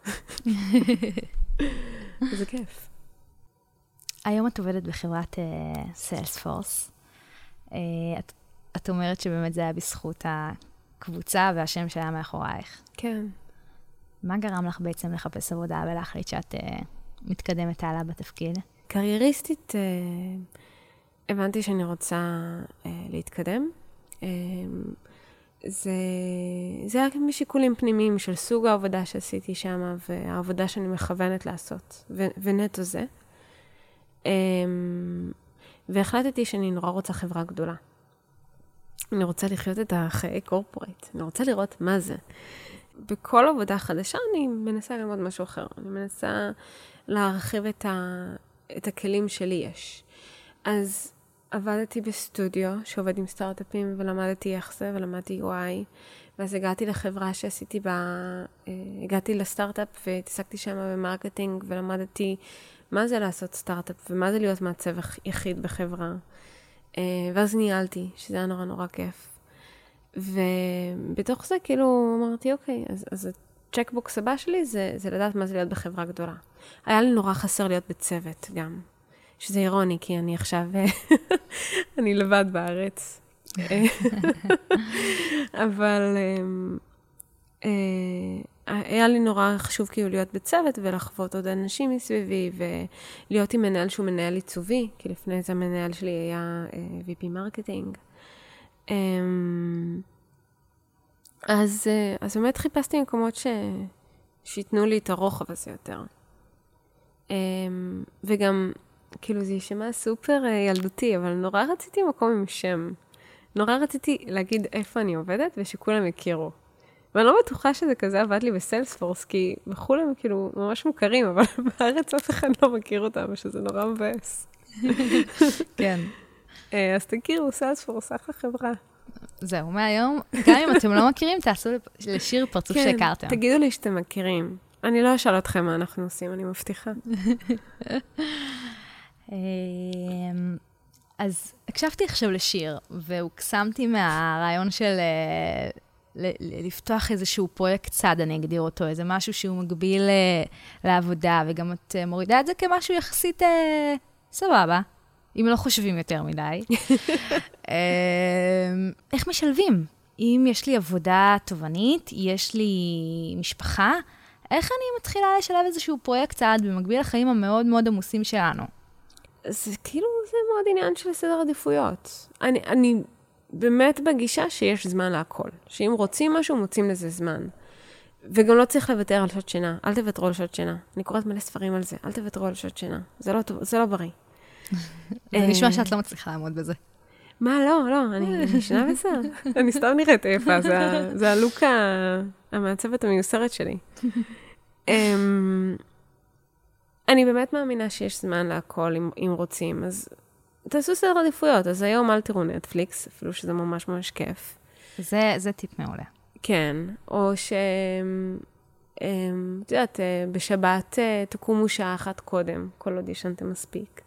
וזה כיף. היום את עובדת בחברת סיילספורס. את אומרת שבאמת זה היה בזכות הקבוצה והשם שהיה מאחורייך. כן. מה גרם לך בעצם לחפש עבודה ולהחליט שאת מתקדמת הלאה בתפקיד? קרייריסטית, הבנתי שאני רוצה להתקדם. זה היה משיקולים פנימיים של סוג העבודה שעשיתי שם, והעבודה שאני מכוונת לעשות, ונטו זה. והחלטתי שאני נורא רוצה חברה גדולה. אני רוצה לחיות את החיי קורפורט, אני רוצה לראות מה זה. בכל עבודה חדשה אני מנסה ללמוד משהו אחר. אני מנסה להרחיב את הכלים שלי יש. אז עבדתי בסטודיו שעובד עם סטארט-אפים ולמדתי איך זה ולמדתי UI. ואז הגעתי לחברה שעשיתי בה, הגעתי לסטארט-אפ והתעסקתי שם במרקטינג ולמדתי מה זה לעשות סטארט-אפ ומה זה להיות מעצב יחיד בחברה. ואז ניהלתי, שזה היה נורא נורא כיף. ובתוך זה כאילו אמרתי, אוקיי, אז הצ'קבוקס הבא שלי זה לדעת מה זה להיות בחברה גדולה. היה לי נורא חסר להיות בצוות גם, שזה אירוני, כי אני עכשיו, אני לבד בארץ. אבל היה לי נורא חשוב כאילו להיות בצוות ולחוות עוד אנשים מסביבי ולהיות עם מנהל שהוא מנהל עיצובי, כי לפני זה המנהל שלי היה VP מרקטינג. אז באמת חיפשתי מקומות שיתנו לי את הרוחב הזה יותר. וגם כאילו זה יישמע סופר ילדותי, אבל נורא רציתי מקום עם שם. נורא רציתי להגיד איפה אני עובדת ושכולם יכירו. ואני לא בטוחה שזה כזה עבד לי בסיילספורס, כי בחו"ל הם כאילו ממש מוכרים, אבל בארץ אף אחד לא מכיר אותם, ושזה נורא מבאס. כן. אז תכירו, סיילספורס, אחלה חברה. זהו, מהיום, גם אם אתם לא מכירים, תעשו לשיר פרצוף שהכרתם. כן, תגידו לי שאתם מכירים. אני לא אשאל אתכם מה אנחנו עושים, אני מבטיחה. אז הקשבתי עכשיו לשיר, והוקסמתי מהרעיון של לפתוח איזשהו פרויקט צד, אני אגדיר אותו, איזה משהו שהוא מגביל לעבודה, וגם את מורידה את זה כמשהו יחסית סבבה, אם לא חושבים יותר מדי. איך משלבים? אם יש לי עבודה תובענית, יש לי משפחה, איך אני מתחילה לשלב איזשהו פרויקט צד במקביל לחיים המאוד מאוד עמוסים שלנו? זה כאילו, זה מאוד עניין של סדר עדיפויות. אני באמת בגישה שיש זמן להכל. שאם רוצים משהו, מוצאים לזה זמן. וגם לא צריך לוותר על שעות שינה. אל תוותרו על שעות שינה. אני קוראת מלא ספרים על זה. אל תוותרו על שעות שינה. זה לא טוב, זה לא בריא. זה נשמע שאת לא מצליחה לעמוד בזה. מה? לא, אני ישנה בזה. אני סתם נראית איפה. זה הלוק המעצבת המיוסרת שלי. אני באמת מאמינה שיש זמן להכל אם רוצים, אז תעשו סדר עדיפויות. אז היום אל תראו נטפליקס, אפילו שזה ממש ממש כיף. זה טיפ מעולה. כן, או את יודעת, בשבת תקומו שעה אחת קודם, כל עוד ישנתם מספיק.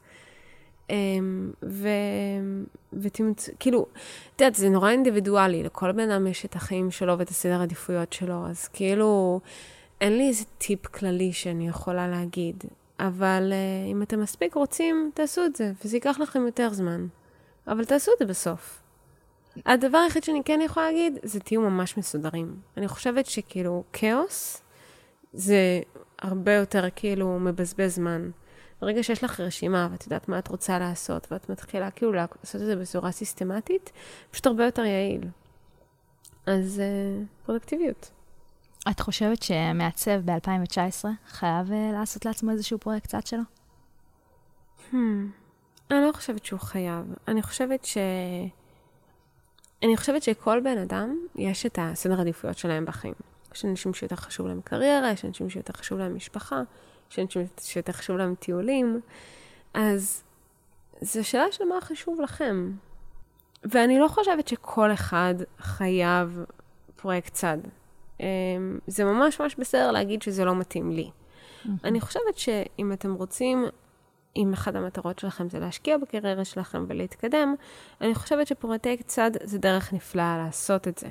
כאילו, את יודעת, זה נורא אינדיבידואלי, לכל בן אדם יש את החיים שלו ואת הסדר עדיפויות שלו, אז כאילו, אין לי איזה טיפ כללי שאני יכולה להגיד, אבל אם אתם מספיק רוצים, תעשו את זה, וזה ייקח לכם יותר זמן. אבל תעשו את זה בסוף. הדבר היחיד שאני כן יכולה להגיד, זה תהיו ממש מסודרים. אני חושבת שכאילו, כאוס, זה הרבה יותר כאילו מבזבז זמן. ברגע שיש לך רשימה, ואת יודעת מה את רוצה לעשות, ואת מתחילה כאילו לעשות את זה בצורה סיסטמטית, פשוט הרבה יותר יעיל. אז פרודקטיביות. את חושבת שמעצב ב-2019 חייב לעשות לעצמו איזשהו פרויקט צד שלו? אני לא חושבת שהוא חייב. אני חושבת שכל בן אדם יש את הסדר עדיפויות שלהם בחיים. יש אנשים שיותר חשוב להם קריירה, יש אנשים שיותר חשוב להם משפחה, יש אנשים שיותר חשוב להם טיולים. אז זו שאלה של מה חשוב לכם. ואני לא חושבת שכל אחד חייב פרויקט צד. זה ממש ממש בסדר להגיד שזה לא מתאים לי. אני חושבת שאם אתם רוצים, אם אחד המטרות שלכם זה להשקיע בקריירה שלכם ולהתקדם, אני חושבת שפרויקט צד זה דרך נפלאה לעשות את זה.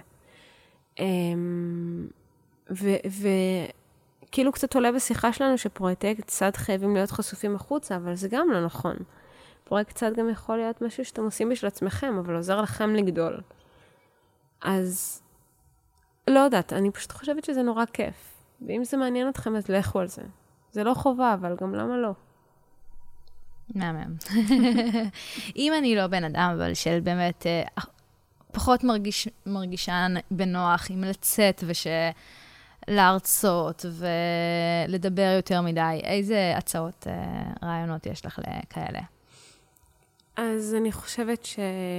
וכאילו קצת עולה בשיחה שלנו שפרויקט צד חייבים להיות חשופים החוצה, אבל זה גם לא נכון. פרויקט צד גם יכול להיות משהו שאתם עושים בשביל עצמכם, אבל עוזר לכם לגדול. אז לא יודעת, אני פשוט חושבת שזה נורא כיף. ואם זה מעניין אתכם, אז לכו על זה. זה לא חובה, אבל גם למה לא? מהמם. אם אני לא בן אדם, אבל של באמת פחות מרגישה בנוח עם לצאת להרצות ולדבר יותר מדי, איזה הצעות, רעיונות יש לך לכאלה? אז אני חושבת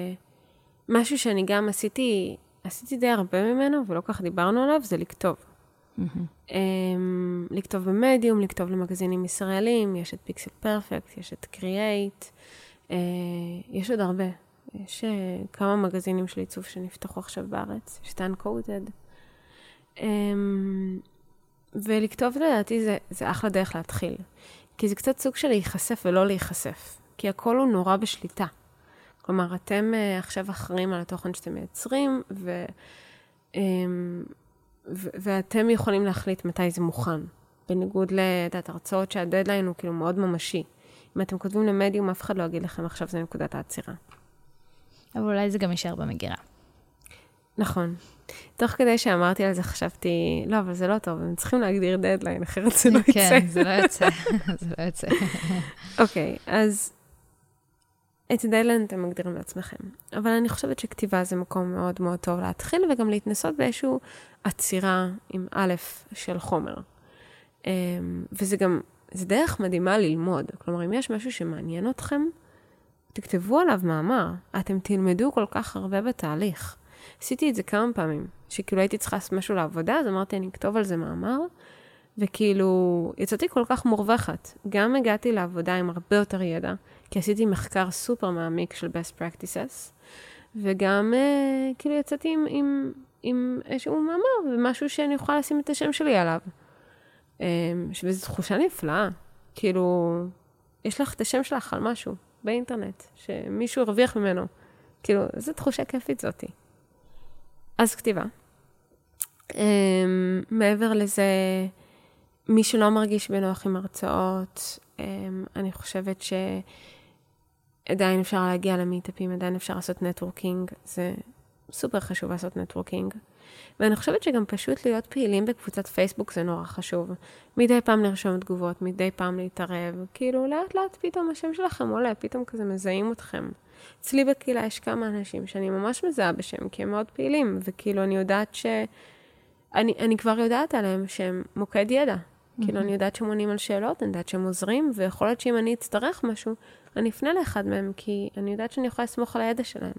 שמשהו שאני גם עשיתי די הרבה ממנו, ולא כך דיברנו עליו, זה לכתוב. לכתוב במדיום, לכתוב למגזינים ישראלים, יש את פיקסל פרפקט, יש את קריאייט, יש עוד הרבה. יש כמה מגזינים של עיצוב שנפתחו עכשיו בארץ, יש את Uncoded. ולכתוב לדעתי זה אחלה דרך להתחיל. כי זה קצת סוג של להיחשף ולא להיחשף. כי הכל הוא נורא בשליטה. כלומר, אתם עכשיו אחרים על התוכן שאתם מייצרים, ואתם יכולים להחליט מתי זה מוכן. בניגוד להרצאות שהדדליין הוא כאילו מאוד ממשי. אם אתם כותבים למדיום, אף אחד לא יגיד לכם, עכשיו זה נקודת העצירה. אבל אולי זה גם יישאר במגירה. נכון. תוך כדי שאמרתי על זה, חשבתי, לא, אבל זה לא טוב, הם צריכים להגדיר דדליין, אחרת זה לא יצא. כן, זה לא יצא. זה לא יצא. אוקיי, אז את הדדליין אתם מגדירים לעצמכם. אבל אני חושבת שכתיבה זה מקום מאוד מאוד טוב להתחיל, וגם להתנסות באיזשהו עצירה עם א' של חומר. וזה גם, זה דרך מדהימה ללמוד. כלומר, אם יש משהו שמעניין אתכם, תכתבו עליו מאמר. אתם תלמדו כל כך הרבה בתהליך. עשיתי את זה כמה פעמים, שכאילו הייתי צריכה לעשות משהו לעבודה, אז אמרתי, אני אכתוב על זה מאמר, וכאילו, יצאתי כל כך מורווחת. גם הגעתי לעבודה עם הרבה יותר ידע, כי עשיתי מחקר סופר מעמיק של best practices, וגם כאילו יצאתי עם איזשהו מאמר, ומשהו שאני אוכל לשים את השם שלי עליו. וזו תחושה נפלאה. כאילו, יש לך את השם שלך על משהו באינטרנט, שמישהו הרוויח ממנו. כאילו, זו תחושה כיפית זאתי. אז כתיבה. מעבר לזה, מי שלא מרגיש בנוח עם הרצאות, אני חושבת שעדיין אפשר להגיע למיטאפים, עדיין אפשר לעשות נטוורקינג, זה סופר חשוב לעשות נטוורקינג. ואני חושבת שגם פשוט להיות פעילים בקבוצת פייסבוק זה נורא חשוב. מדי פעם לרשום תגובות, מדי פעם להתערב, כאילו לאט לאט פתאום השם שלכם עולה, פתאום כזה מזהים אתכם. אצלי בקהילה יש כמה אנשים שאני ממש מזהה בשם, כי הם מאוד פעילים, וכאילו אני יודעת אני כבר יודעת עליהם שהם מוקד ידע. כאילו אני יודעת שהם עונים על שאלות, אני יודעת שהם עוזרים, ויכול להיות שאם אני אצטרך משהו, אני אפנה לאחד מהם, כי אני יודעת שאני יכולה לסמוך על הידע שלהם.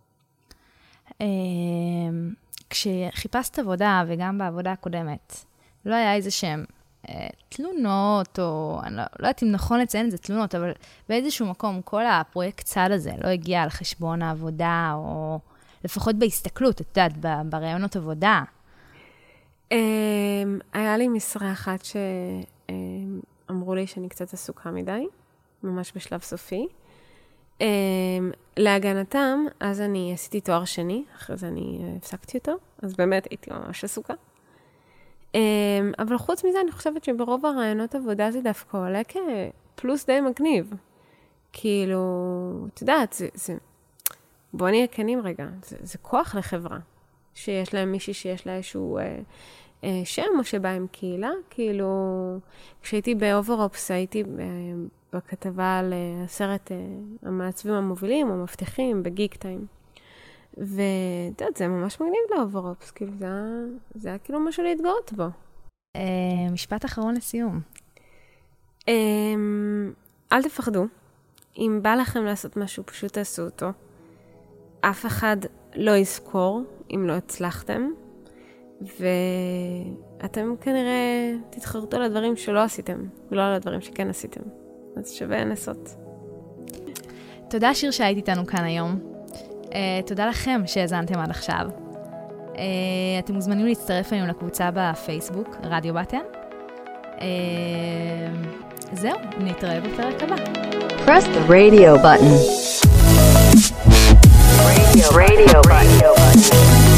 כשחיפשת עבודה, וגם בעבודה הקודמת, לא היה איזה שהם תלונות, או אני לא יודעת אם נכון לציין את זה תלונות, אבל באיזשהו מקום כל הפרויקט צד הזה לא הגיע על חשבון העבודה, או לפחות בהסתכלות, את יודעת, ברעיונות עבודה. היה לי משרה אחת שאמרו לי שאני קצת עסוקה מדי, ממש בשלב סופי. להגנתם, אז אני עשיתי תואר שני, אחרי זה אני הפסקתי אותו, אז באמת הייתי ממש עסוקה. אבל חוץ מזה, אני חושבת שברוב הרעיונות עבודה זה דווקא עולה כפלוס די מגניב. כאילו, את יודעת, בוא נהיה כנים רגע, זה כוח לחברה, שיש להם מישהי שיש לה איזשהו שם, או שבא עם קהילה, כאילו, כשהייתי באוברופס, הייתי בכתבה על הסרט המעצבים המובילים, או מבטיחים, בגיק טיים. ואת יודעת, זה ממש מגניב לאוברופס, כאילו, זה היה כאילו משהו להתגאות בו. משפט אחרון לסיום. אל תפחדו. אם בא לכם לעשות משהו, פשוט תעשו אותו. אף אחד לא יזכור אם לא הצלחתם, ואתם כנראה תתחרטו על הדברים שלא עשיתם, ולא על הדברים שכן עשיתם. אז שווה לנסות. תודה שיר שהיית איתנו כאן היום. תודה לכם שהזנתם עד עכשיו. אתם מוזמנים להצטרף היום לקבוצה בפייסבוק, רדיו בטן. זהו, נתראה בפרק הבא. Press the radio button. Radio button.